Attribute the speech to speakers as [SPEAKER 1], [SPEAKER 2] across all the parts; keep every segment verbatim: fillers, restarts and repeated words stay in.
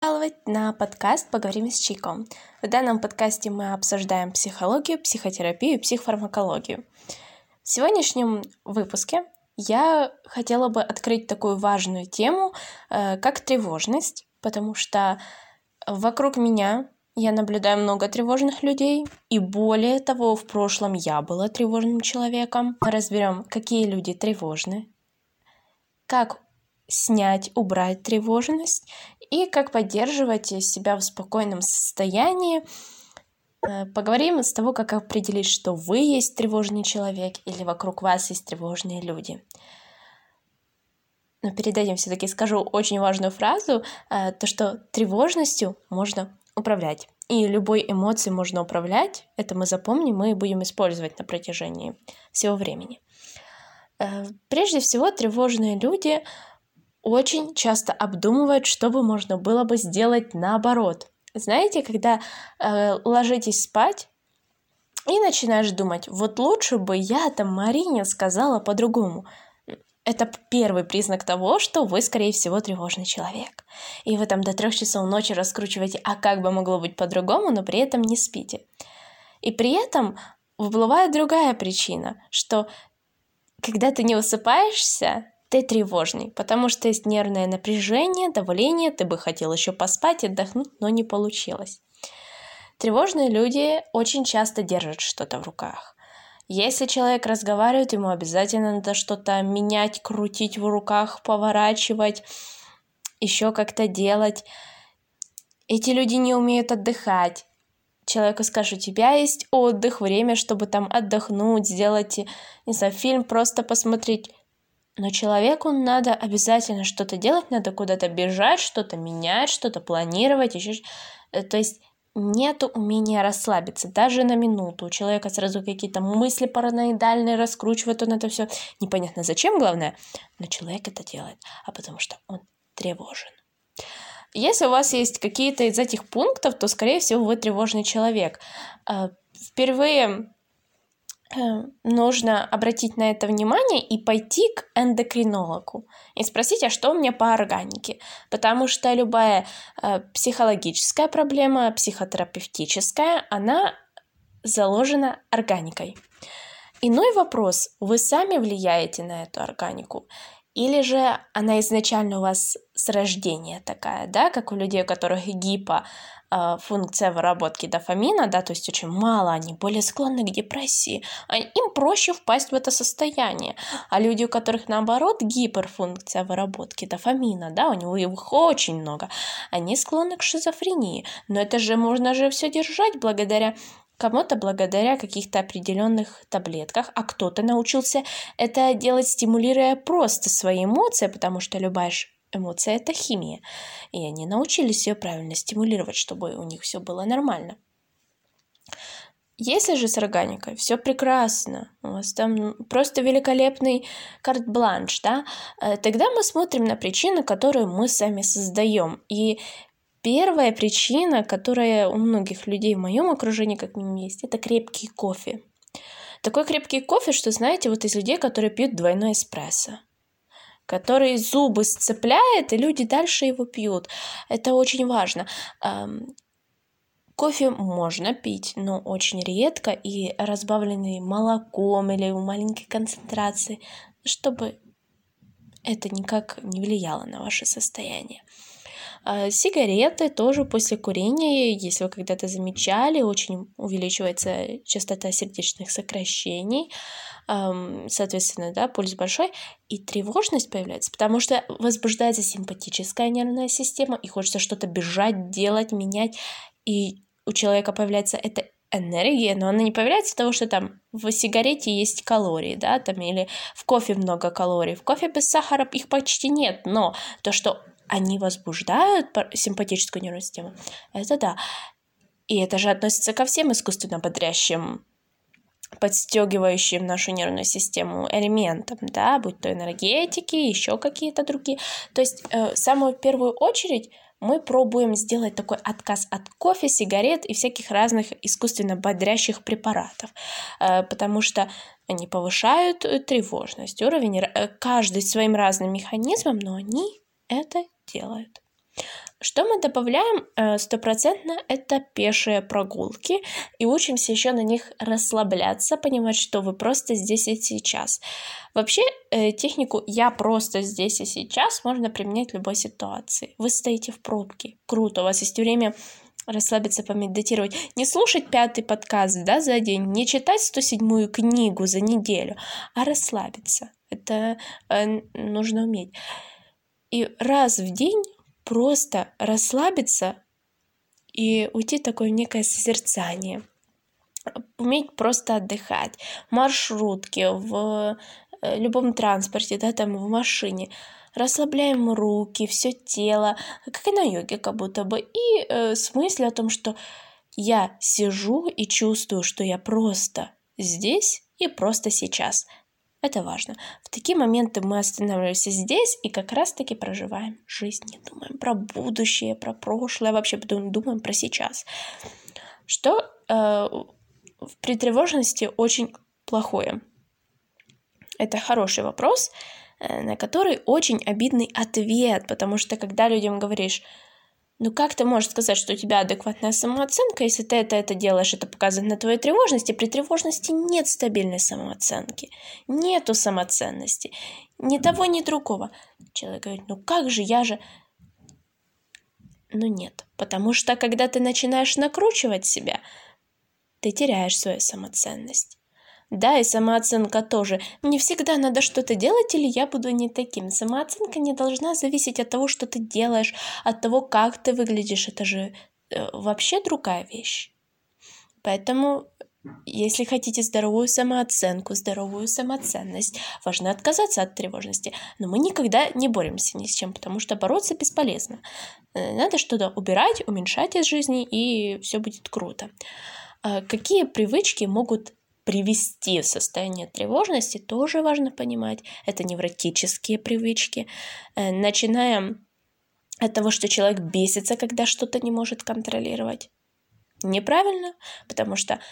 [SPEAKER 1] пожаловать на подкаст «Поговорим с чайком». В данном подкасте мы обсуждаем психологию, психотерапию и психофармакологию. В сегодняшнем выпуске я хотела бы открыть такую важную тему, как тревожность, потому что вокруг меня я наблюдаю много тревожных людей, и более того, в прошлом я была тревожным человеком. Мы разберем, какие люди тревожны, как снять, убрать тревожность и как поддерживать себя в спокойном состоянии. Поговорим с того, как определить, что вы есть тревожный человек или вокруг вас есть тревожные люди. Но перед этим все-таки скажу очень важную фразу, то, что тревожностью можно управлять. И любой эмоцией можно управлять, это мы запомним и будем использовать на протяжении всего времени. Прежде всего, тревожные люди очень часто обдумывают, что бы можно было бы сделать наоборот. Знаете, когда э, ложитесь спать и начинаешь думать, вот лучше бы я там Марине сказала по-другому. Это первый признак того, что вы, скорее всего, тревожный человек. И вы там до трех часов ночи раскручиваете, а как бы могло быть по-другому, но при этом не спите. И при этом выплывает другая причина, что когда ты не высыпаешься, ты тревожный, потому что есть нервное напряжение, давление, ты бы хотел еще поспать, отдохнуть, но не получилось. Тревожные люди очень часто держат что-то в руках. Если человек разговаривает, ему обязательно надо что-то менять, крутить в руках, поворачивать, еще как-то делать. Эти люди не умеют отдыхать. Человеку скажут, у тебя есть отдых, время, чтобы там отдохнуть, сделать, не знаю, фильм, просто посмотреть. Но человеку надо обязательно что-то делать, надо куда-то бежать, что-то менять, что-то планировать, еще. То есть нет умения расслабиться даже на минуту. У человека сразу какие-то мысли параноидальные раскручивают, он это все непонятно зачем, главное, но человек это делает, а потому что он тревожен. Если у вас есть какие-то из этих пунктов, то, скорее всего, вы тревожный человек. Впервые нужно обратить на это внимание и пойти к эндокринологу и спросить, а что у меня по органике, потому что любая э, психологическая проблема, психотерапевтическая, она заложена органикой. Иной вопрос, вы сами влияете на эту органику, или же она изначально у вас с рождения такая, да, как у людей, у которых гипо, функция выработки дофамина, да, то есть очень мало, они более склонны к депрессии, им проще впасть в это состояние. А люди, у которых наоборот гиперфункция выработки дофамина, да, у него их очень много, они склонны к шизофрении. Но это же можно же все держать благодаря кому-то благодаря каких-то определенных таблетках, а кто-то научился это делать, стимулируя просто свои эмоции, потому что любая эмоция – это химия. И они научились ее правильно стимулировать, чтобы у них все было нормально. Если же с органикой все прекрасно, у вас там просто великолепный карт-бланш, да, тогда мы смотрим на причины, которые мы сами создаем. И первая причина, которая у многих людей в моем окружении как минимум есть, это крепкий кофе. Такой крепкий кофе, что, знаете, вот из людей, которые пьют двойной эспрессо, который зубы сцепляет, и люди дальше его пьют. Это очень важно. Кофе можно пить, но очень редко и разбавленный молоком или в маленькой концентрации, чтобы это никак не влияло на ваше состояние. Сигареты тоже после курения, если вы когда-то замечали, очень увеличивается частота сердечных сокращений, соответственно, да, пульс большой, и тревожность появляется, потому что возбуждается симпатическая нервная система, и хочется что-то бежать, делать, менять, и у человека появляется эта энергия, но она не появляется от того, что там в сигарете есть калории, да, там, или в кофе много калорий. В кофе без сахара их почти нет, но то, что они возбуждают симпатическую нервную систему, это да. И это же относится ко всем искусственно бодрящим, подстегивающим нашу нервную систему элементам, да, будь то энергетики, еще какие-то другие. То есть э, в самую первую очередь мы пробуем сделать такой отказ от кофе, сигарет и всяких разных искусственно бодрящих препаратов, э, потому что они повышают тревожность, уровень, каждый своим разным механизмом, но они это делают. Что мы добавляем стопроцентно, это пешие прогулки, и учимся еще на них расслабляться, понимать, что вы просто здесь и сейчас. Вообще, технику «я просто здесь и сейчас» можно применять в любой ситуации. Вы стоите в пробке, круто, у вас есть время расслабиться, помедитировать, не слушать пятый подкаст, да, за день, не читать сто седьмую книгу за неделю, а расслабиться. Это э, нужно уметь. И раз в день просто расслабиться и уйти в такое некое созерцание. Уметь просто отдыхать. В маршрутке, в любом транспорте, да, там в машине. Расслабляем руки, все тело, как и на йоге как будто бы. И э, с мыслью о том, что я сижу и чувствую, что я просто здесь и просто сейчас. Это важно. В такие моменты мы останавливаемся здесь и как раз-таки проживаем жизнь. Не думаем про будущее, про прошлое, вообще думаем про сейчас. Что э, при тревожности очень плохое? Это хороший вопрос, э, на который очень обидный ответ, потому что когда людям говоришь: ну как ты можешь сказать, что у тебя адекватная самооценка, если ты это, это делаешь, это показывает на твоей тревожности. При тревожности нет стабильной самооценки, нету самоценности, ни того, ни другого. Человек говорит: ну как же, я же... Ну нет, потому что когда ты начинаешь накручивать себя, ты теряешь свою самоценность. Да, и самооценка тоже. Не всегда надо что-то делать, или я буду не таким. Самооценка не должна зависеть от того, что ты делаешь, от того, как ты выглядишь. Это же э, вообще другая вещь. Поэтому, если хотите здоровую самооценку, здоровую самоценность, важно отказаться от тревожности. Но мы никогда не боремся ни с чем, потому что бороться бесполезно. Надо что-то убирать, уменьшать из жизни, и все будет круто. Какие привычки могут привести в состояние тревожности, тоже важно понимать. Это невротические привычки. Начиная от того, что человек бесится, когда что-то не может контролировать. Неправильно, потому что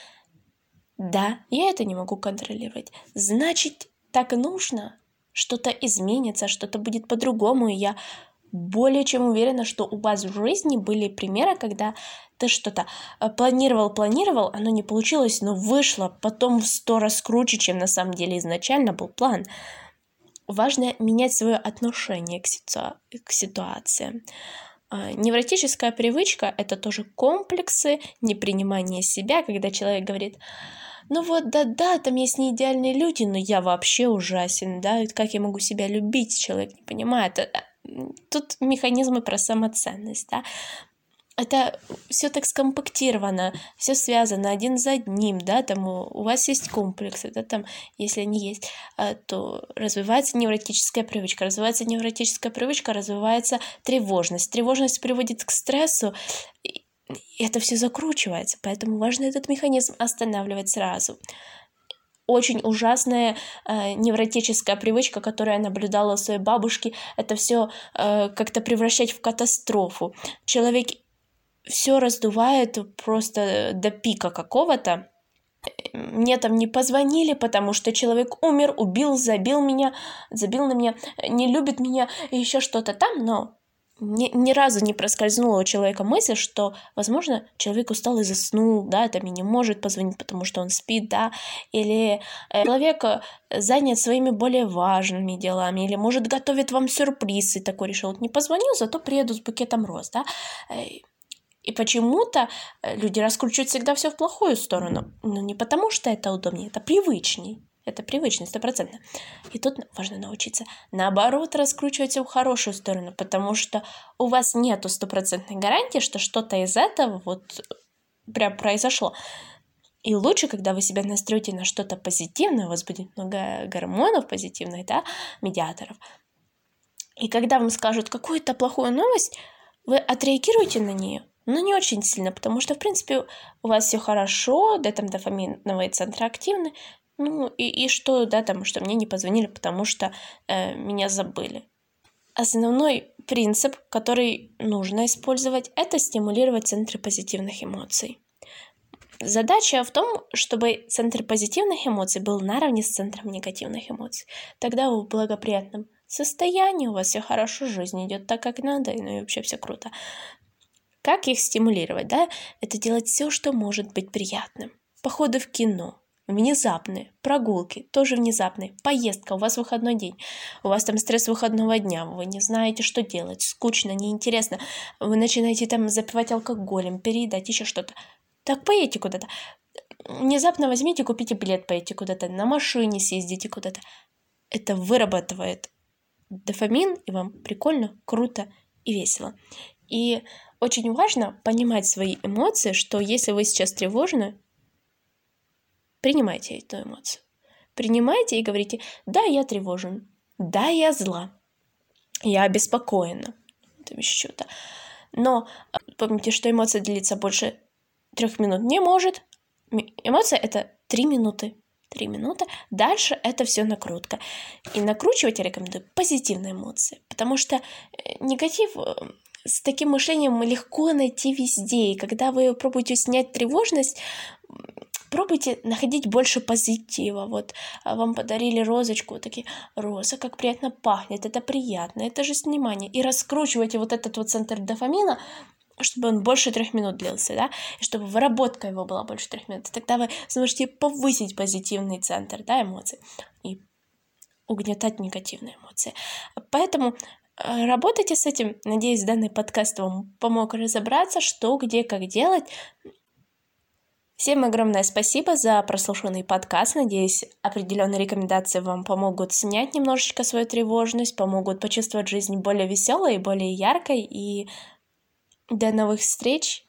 [SPEAKER 1] да, я это не могу контролировать. Значит, так и нужно. Что-то изменится, что-то будет по-другому, и я более чем уверена, что у вас в жизни были примеры, когда ты что-то планировал, планировал, оно не получилось, но вышло потом в сто раз круче, чем на самом деле изначально был план. Важно менять свое отношение к, ситу... к ситуации. Невротическая привычка – это тоже комплексы, непринимание себя, когда человек говорит: ну вот, да-да, там есть неидеальные люди, но я вообще ужасен, да, как я могу себя любить, человек не понимает. Тут механизмы про самоценность, да. Это все так скомпактировано, все связано один за одним, да, там у, у вас есть комплексы, да, там, если они есть, то развивается невротическая привычка, развивается невротическая привычка, развивается тревожность, тревожность приводит к стрессу, и это все закручивается, поэтому важно этот механизм останавливать сразу. Очень ужасная э, невротическая привычка, которую я наблюдала у своей бабушки, это все э, как-то превращать в катастрофу. Человек все раздувает просто до пика какого-то. Мне там не позвонили, потому что человек умер, убил, забил меня, забил на меня, не любит меня, еще что-то там, но ни, ни разу не проскользнула у человека мысль, что, возможно, человек устал и заснул, да, там и не может позвонить, потому что он спит, да, или э, человек занят своими более важными делами, или, может, готовит вам сюрприз, и такой решил: не позвонил, зато приеду с букетом роз, да. И почему-то люди раскручивают всегда все в плохую сторону. Но не потому, что это удобнее, это привычней. Это привычно, стопроцентно. И тут важно научиться, наоборот, раскручивать все в хорошую сторону, потому что у вас нету стопроцентной гарантии, что что-то из этого вот прям произошло. И лучше, когда вы себя настроите на что-то позитивное, у вас будет много гормонов позитивных, да, медиаторов. И когда вам скажут какую-то плохую новость, вы отреагируете на нее, но не очень сильно, потому что, в принципе, у вас все хорошо, да, там дофаминовые центры активны. Ну и, и что, да, там, что мне не позвонили, потому что э, меня забыли. Основной принцип, который нужно использовать, это стимулировать центры позитивных эмоций. Задача в том, чтобы центр позитивных эмоций был наравне с центром негативных эмоций. Тогда вы в благоприятном состояние, у вас все хорошо, жизнь идет так, как надо, ну и вообще все круто. Как их стимулировать, да? Это делать все, что может быть приятным. Походы в кино, внезапные, прогулки, тоже внезапные, поездка, у вас выходной день, у вас там стресс выходного дня, вы не знаете, что делать, скучно, неинтересно, вы начинаете там запивать алкоголем, переедать, еще что-то. Так поедете куда-то. Внезапно возьмите, купите билет, поедете куда-то, на машине съездите куда-то. Это вырабатывает дофамин, и вам прикольно, круто и весело. И очень важно понимать свои эмоции, что если вы сейчас тревожны, принимайте эту эмоцию. Принимайте и говорите: да, я тревожен, да, я зла, я обеспокоена, там еще что-то. Но помните, что эмоция длится больше трех минут не может. Эмоция — это три минуты. Три минуты. Дальше это все накрутка. И накручивать я рекомендую позитивные эмоции, потому что негатив с таким мышлением легко найти везде. И когда вы пробуете снять тревожность, пробуйте находить больше позитива. Вот вам подарили розочку, вот такие: роза, как приятно пахнет, это приятно, это же внимание. И раскручивайте вот этот вот центр дофамина, чтобы он больше трех минут длился, да, и чтобы выработка его была больше трех минут. Тогда вы сможете повысить позитивный центр, да, эмоций и угнетать негативные эмоции. Поэтому работайте с этим. Надеюсь, данный подкаст вам помог разобраться, что, где, как делать. Всем огромное спасибо за прослушанный подкаст. Надеюсь, определенные рекомендации вам помогут снять немножечко свою тревожность, помогут почувствовать жизнь более веселой и более яркой. И до новых встреч!